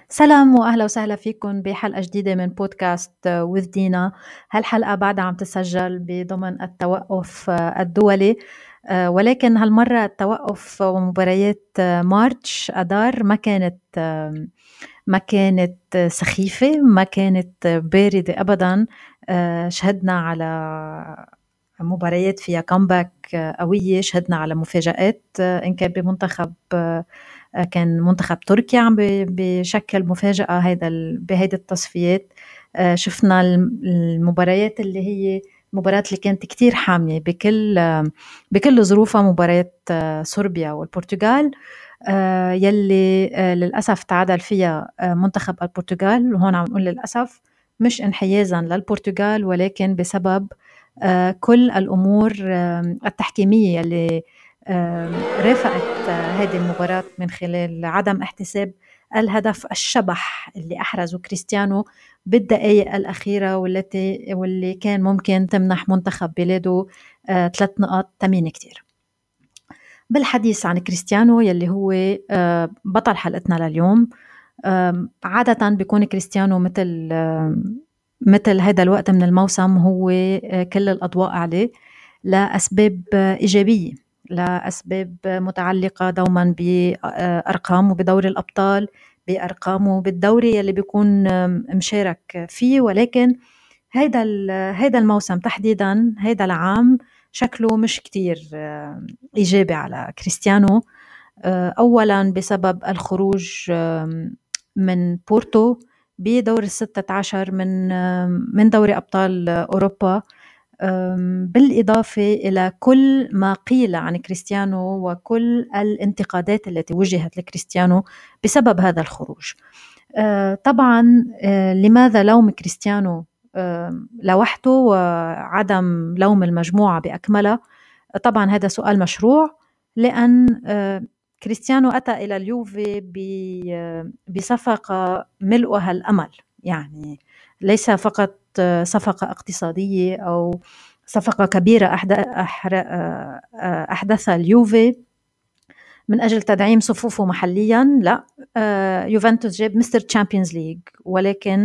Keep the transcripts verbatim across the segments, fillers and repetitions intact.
سلام وأهلا وسهلا فيكم بحلقة جديدة من بودكاست وذ دينا. هالحلقة بعدها عم تسجل بضمن التوقف الدولي، ولكن هالمرة التوقف ومباريات مارتش أدار ما كانت ما كانت سخيفة، ما كانت باردة أبدا. شهدنا على مباريات فيها كومباك قوية، شهدنا على مفاجآت إن كان بمنتخب كان منتخب تركيا عم بشكل مفاجأة هيدا بهيدي التصفيات. شفنا المباريات اللي هي المباريات اللي كانت كتير حامية بكل بكل ظروفها، مباريات صربيا والبرتغال يلي للأسف تعادل فيها منتخب البرتغال. وهون عم نقول للأسف مش انحيازا للبرتغال، ولكن بسبب كل الأمور التحكيمية اللي رافقت هذه المباراة من خلال عدم احتساب الهدف الشبح اللي أحرزه كريستيانو بالدقائق الأخيرة، والتي واللي كان ممكن تمنح منتخب بلاده ثلاث نقاط ثمينة كتير. بالحديث عن كريستيانو يلي هو بطل حلقتنا لليوم، عادة بيكون كريستيانو مثل مثل هذا الوقت من الموسم هو كل الأضواء عليه لأسباب إيجابية، لأسباب متعلقة دوما بأرقامه بدوري الأبطال، بأرقامه بالدوري يلي بيكون مشارك فيه. ولكن هيدا هيدا الموسم تحديدا، هيدا العام شكله مش كتير إيجابي على كريستيانو. أولا بسبب الخروج من بورتو بدور الستة عشر من من دوري أبطال أوروبا، بالإضافة إلى كل ما قيل عن كريستيانو وكل الانتقادات التي وجهت لكريستيانو بسبب هذا الخروج. طبعا لماذا لوم كريستيانو لوحده وعدم لوم المجموعة بأكملها؟ طبعا هذا سؤال مشروع، لأن كريستيانو أتى إلى اليوفي بصفقة ملؤها الأمل، يعني ليس فقط صفقة اقتصادية أو صفقة كبيرة أحدثها اليوفي من أجل تدعيم صفوفه محليا. لا، يوفنتوس جاب مستر تشامبيونز ليج، ولكن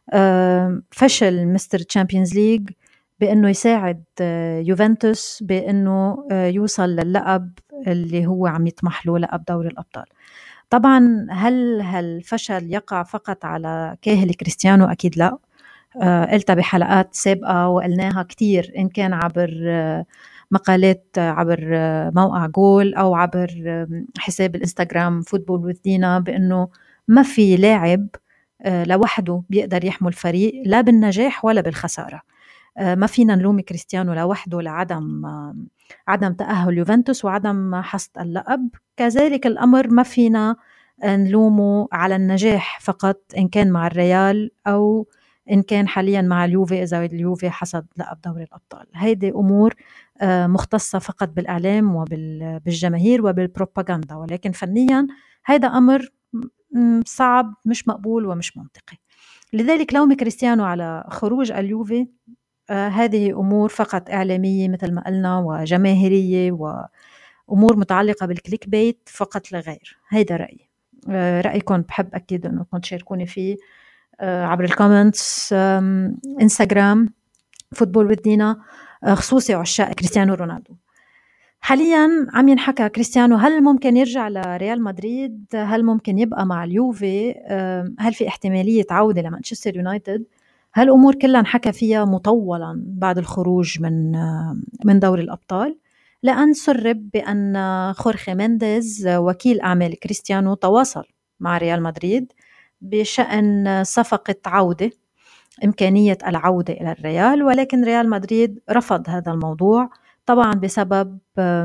فشل مستر تشامبيونز ليج بأنه يساعد يوفنتوس بأنه يوصل للقب اللي هو عم يطمح له، لقب دوري الأبطال. طبعا هل هالفشل يقع فقط على كاهل كريستيانو؟ أكيد لا. قلتها بحلقات سابقة وقلناها كتير، إن كان عبر مقالات عبر موقع جول أو عبر حساب الإنستغرام فوتبول وذ دينا، بأنه ما في لاعب لوحده بيقدر يحمل فريق لا بالنجاح ولا بالخسارة. ما فينا نلوم كريستيانو لوحده لعدم عدم تأهل يوفنتوس وعدم حصد اللقب. كذلك الأمر ما فينا نلومه على النجاح فقط، إن كان مع الريال أو إن كان حاليا مع اليوفي إذا اليوفي حصد لقب دوري الأبطال. هيدي أمور مختصة فقط بالإعلام وبالجماهير وبالبروباغندا، ولكن فنيا هيدا أمر صعب، مش مقبول ومش منطقي. لذلك لوم كريستيانو على خروج اليوفي آه هذه أمور فقط إعلامية مثل ما قلنا، وجماهيرية، وأمور متعلقة بالكليك بيت فقط لا غير. هيدا رأيي. آه رأيكم بحب أكيد أنكم تشاركوني فيه آه عبر الكومنتس، إنستغرام فوتبول وذ دينا، آه خصوصي عشاق كريستيانو رونالدو. حاليا عم ينحكى كريستيانو هل ممكن يرجع لريال مدريد؟ هل ممكن يبقى مع اليوفي؟ هل في احتمالية عودة لمانشستر يونايتد؟ هالأمور كلها انحكى فيها مطولا بعد الخروج من من دوري الأبطال، لأن سرب بأن خورخي مينديز وكيل أعمال كريستيانو تواصل مع ريال مدريد بشأن صفقة عودة، إمكانية العودة إلى الريال، ولكن ريال مدريد رفض هذا الموضوع طبعا بسبب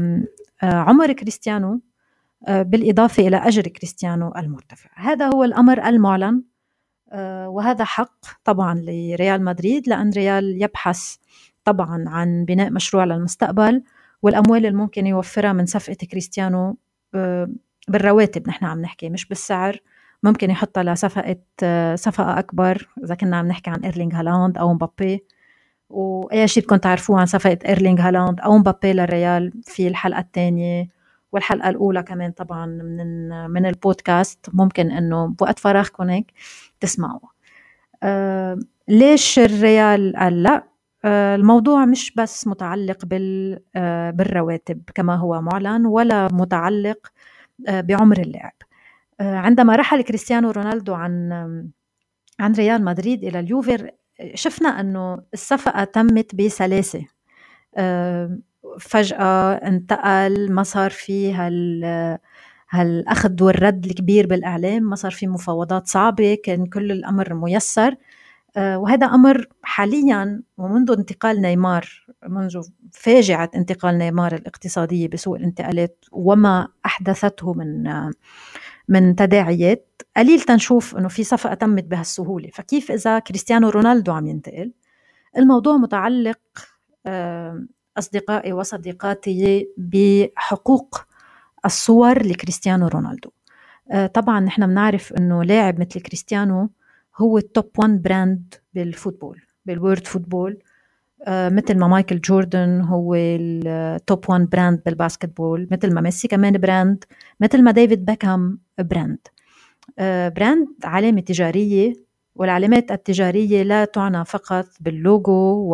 عمر كريستيانو بالإضافة إلى أجر كريستيانو المرتفع. هذا هو الأمر المعلن، وهذا حق طبعا لريال مدريد، لأن ريال يبحث طبعا عن بناء مشروع للمستقبل، والأموال الممكن يوفرها من صفقة كريستيانو بالرواتب، نحن عم نحكي مش بالسعر، ممكن يحطها لصفقة صفقة أكبر إذا كنا عم نحكي عن إيرلينغ هالاند أو مبابي. وأي شيء بدكم تعرفوه عن صفقة إيرلينغ هالاند أو مبابي للريال في الحلقة الثانية والحلقة الأولى كمان طبعا من من البودكاست، ممكن إنه بوقت فراغكم هيك تسمعوا. آه ليش الريال قال لا؟ آه الموضوع مش بس متعلق بال آه بالرواتب كما هو معلن، ولا متعلق آه بعمر اللاعب. آه عندما رحل كريستيانو رونالدو عن عن ريال مدريد إلى اليوفي، شفنا أنه الصفقة تمت بسلاسة. آه فجأة انتقل، ما صار فيه هال هالأخذ والرد الكبير بالإعلام، ما صار في مفاوضات صعبة، كان كل الأمر ميسر. آه وهذا أمر حاليا ومنذ انتقال نيمار، منذ فاجعة انتقال نيمار الاقتصادية بسوق الانتقالات وما أحدثته من آه من تداعيات، قليل تنشوف أنه في صفقة تمت بهالسهولة. فكيف إذا كريستيانو رونالدو عم ينتقل؟ الموضوع متعلق آه أصدقائي وصديقاتي بحقوق الصور لكريستيانو رونالدو. آه طبعا نحن بنعرف أنه لاعب مثل كريستيانو هو التوب وان براند بالفوتبول، بالورد فوتبول. آه مثل ما مايكل جوردن هو التوب وان براند بالباسكتبول، مثل ما ميسي كمان براند، مثل ما ديفيد بيكهام براند. آه براند علامة تجارية، والعلامات التجارية لا تعنى فقط باللوجو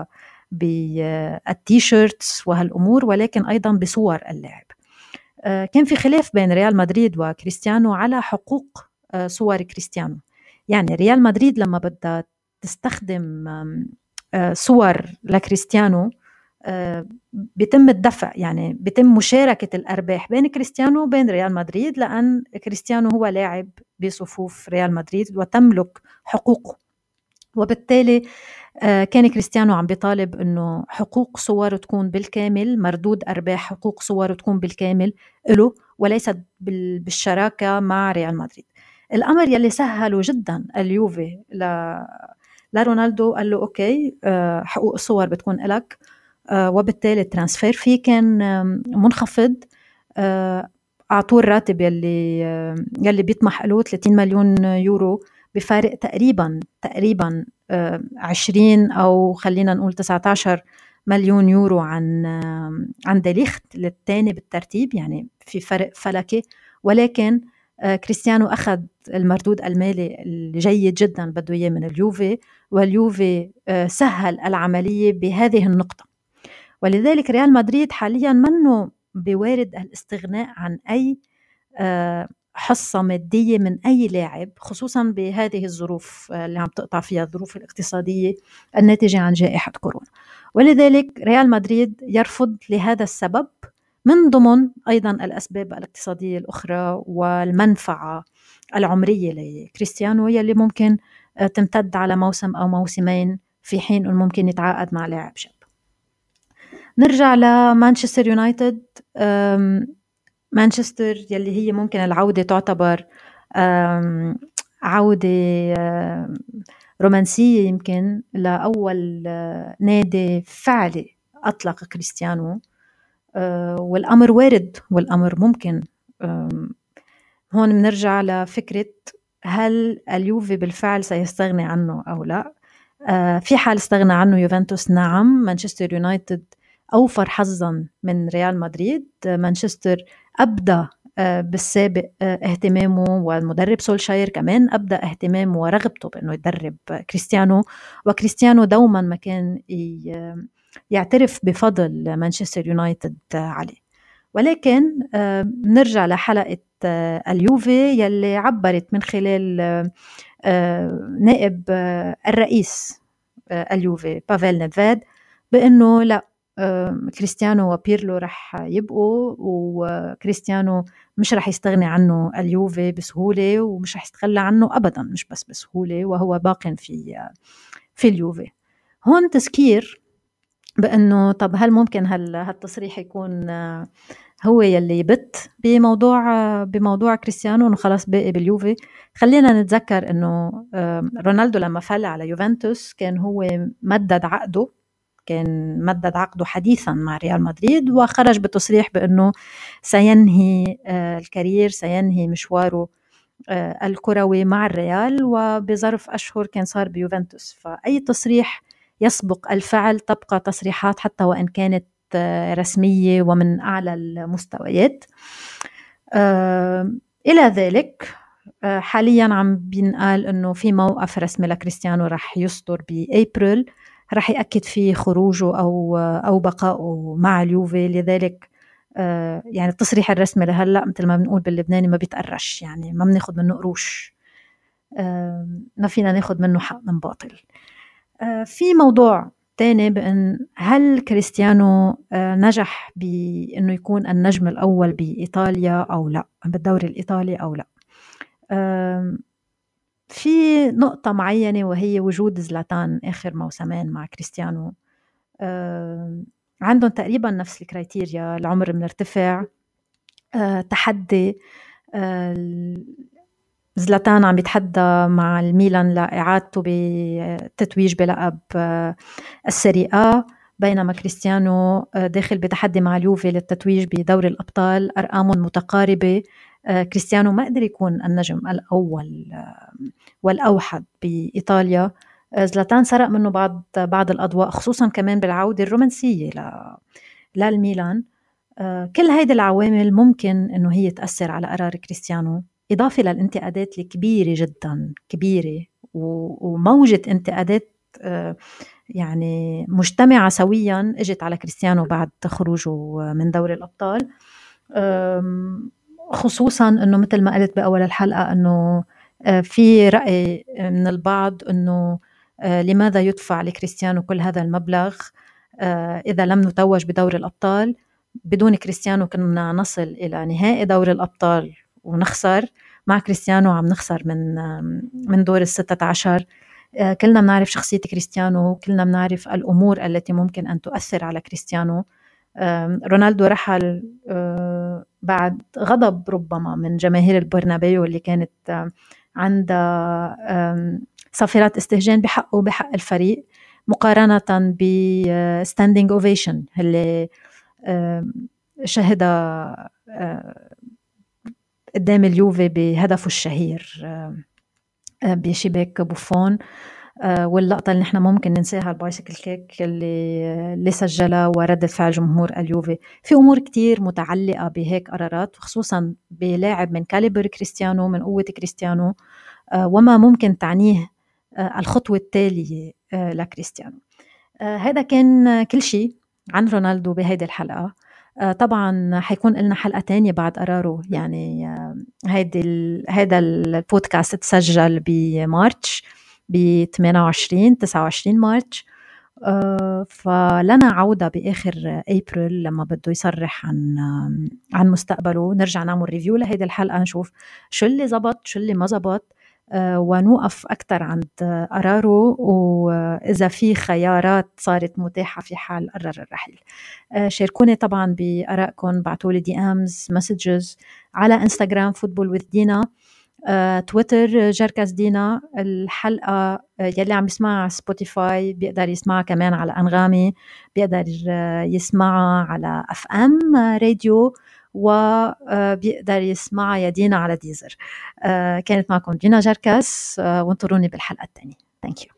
وبالتيشيرتس وهالأمور، ولكن أيضا بصور اللاعب. آه كان في خلاف بين ريال مدريد وكريستيانو على حقوق آه صور كريستيانو. يعني ريال مدريد لما بدها تستخدم آه صور لكريستيانو آه بيتم الدفع، يعني بيتم مشاركة الأرباح بين كريستيانو وبين ريال مدريد، لأن كريستيانو هو لاعب بصفوف ريال مدريد وتملك حقوقه. وبالتالي كان كريستيانو عم بيطالب أنه حقوق صوره تكون بالكامل، مردود أرباح حقوق صوره تكون بالكامل له، وليست بالشراكة مع ريال مدريد. الأمر يلي سهله جدا اليوفي لرونالدو، قال له أوكي حقوق الصور بتكون إلك، وبالتالي الترانسفير فيه كان منخفض. أعطوه الراتب يلي يلي بيطمح له ثلاثين مليون يورو، بفارق تقريبا تقريبا عشرين أو خلينا نقول تسعة عشر مليون يورو عن عن دي ليخت للثاني بالترتيب، يعني في فرق فلكي. ولكن كريستيانو أخذ المردود المالي الجيد جدا بده إياه من اليوفي، واليوفي سهل العملية بهذه النقطة. ولذلك ريال مدريد حاليا منه بوارد الاستغناء عن أي حصة مادية من أي لاعب، خصوصا بهذه الظروف اللي عم تقطع فيها الظروف الاقتصادية الناتجة عن جائحة كورونا. ولذلك ريال مدريد يرفض لهذا السبب، من ضمن أيضا الأسباب الاقتصادية الأخرى والمنفعة العمرية لكريستيانو يلي ممكن تمتد على موسم أو موسمين، في حين أنه ممكن يتعاقد مع لاعب شاب. نرجع لمانشستر يونايتد. مانشستر يلي هي ممكن العودة تعتبر عودة رومانسية يمكن لأول نادي فعلي أطلق كريستيانو، والأمر وارد والأمر ممكن. هون بنرجع لفكرة هل اليوفي بالفعل سيستغني عنه أو لا. في حال استغنى عنه يوفنتوس نعم، مانشستر يونايتد أوفر حظا من ريال مدريد. مانشستر أبدى بالسابق اهتمامه، والمدرب سولشاير كمان أبدى اهتمامه ورغبته بأنه يدرب كريستيانو، وكريستيانو دوما ما كان يعترف بفضل مانشستر يونايتد عليه. ولكن نرجع لحلقة اليوفي يلي عبرت من خلال نائب الرئيس اليوفي بافيل نيدفيد بأنه لا، كريستيانو وبيرلو رح يبقوا، وكريستيانو مش رح يستغني عنه اليوفي بسهولة، ومش رح يستغلى عنه أبدا، مش بس بسهولة، وهو باق في في اليوفي. هون تذكير بأنه طب هل ممكن هل هالتصريح يكون هو يلي يبت بموضوع بموضوع كريستيانو انه خلاص باقي باليوفي؟ خلينا نتذكر انه رونالدو لما فل على يوفنتوس كان هو مدد عقده، كان مدد عقده حديثا مع ريال مدريد، وخرج بتصريح بانه سينهي الكارير، سينهي مشواره الكروي مع الريال، وبظرف اشهر كان صار بيوفنتوس. فاي تصريح يسبق الفعل تبقى تصريحات حتى وان كانت رسمية ومن أعلى المستويات. إلى ذلك حاليا عم بينقال أنه في موقف رسمي لكريستيانو رح يصدر بأبريل، رح يأكد فيه خروجه أو أو بقائه مع اليوفي. لذلك يعني التصريح الرسمي لهلأ مثل ما بنقول باللبناني ما بيتقرش، يعني ما بناخد منه قروش، ما فينا ناخد منه حق من باطل. في موضوع تاني بأن هل كريستيانو نجح بأنه يكون النجم الأول بإيطاليا أو لا، بالدوري الإيطالي أو لا. في نقطة معينة وهي وجود زلاتان آخر موسمين مع كريستيانو، عندهم تقريبا نفس الكرايتيريا، العمر مرتفع، تحدي. زلاتان عم يتحدى مع الميلان لإعادته بتتويج بلقب السيري آ، بينما كريستيانو داخل بتحدي مع اليوفي للتتويج بدوري الأبطال، أرقام متقاربة. كريستيانو ما قدر يكون النجم الأول والأوحد بإيطاليا. زلاتان سرق منه بعض بعض الأضواء، خصوصا كمان بالعودة الرومانسية للميلان. كل هيدي العوامل ممكن أنه هي تأثر على قرار كريستيانو، إضافة للانتقادات الكبيرة جدا كبيرة وموجة انتقادات يعني مجتمعة سويا اجت على كريستيانو بعد خروجه من دوري الأبطال. خصوصا أنه مثل ما قلت بأول الحلقة أنه في رأي من البعض أنه لماذا يدفع لكريستيانو كل هذا المبلغ إذا لم نتوج بدوري الأبطال. بدون كريستيانو كنا نصل إلى نهائي دوري الأبطال ونخسر، مع كريستيانو عم نخسر من من دور الستة عشر. كلنا بنعرف شخصية كريستيانو، كلنا بنعرف الأمور التي ممكن أن تؤثر على كريستيانو. رونالدو رحل بعد غضب ربما من جماهير البرنابيو اللي كانت عندها صافرات استهجان بحقه وبحق الفريق، مقارنة بستاندينج اوفيشن اللي شهدها قدام اليوفي بهدفه الشهير بشباك بوفون، واللقطة اللي نحن ممكن ننساها البايسيكل كيك اللي, اللي سجلها وردة فعل جمهور اليوفي. في أمور كتير متعلقة بهيك قرارات، خصوصا بلاعب من كاليبر كريستيانو، من قوة كريستيانو، وما ممكن تعنيه الخطوة التالية لكريستيانو. هذا كان كل شيء عن رونالدو بهيدي الحلقة. طبعا حيكون لنا حلقة تانية بعد قراره، يعني هيدي هذا البودكاست تسجل بمارتش ب ثمانية وعشرين تسعة وعشرين مارتش، فلنا عودة بآخر أبريل لما بده يصرح عن عن مستقبله. نرجع نعمل ريفيو لهيدي الحلقة، نشوف شو اللي زبط شو اللي ما زبط، ونوقف أكتر عند قراره، وإذا في خيارات صارت متاحة في حال قرر الرحيل. شاركوني طبعا بآرائكم، بعتولي دي أمز مسجز على إنستغرام فوتبول وذ دينا، تويتر جركز دينا. الحلقة يلي عم يسمعها على سبوتيفاي بيقدر يسمعها كمان على أنغامي، بيقدر يسمعها على أف أم راديو، وبيقدر يسمعها يا دينا على ديزر. كانت معكم دينا جركس، وانطروني بالحلقة الثانية. Thank you.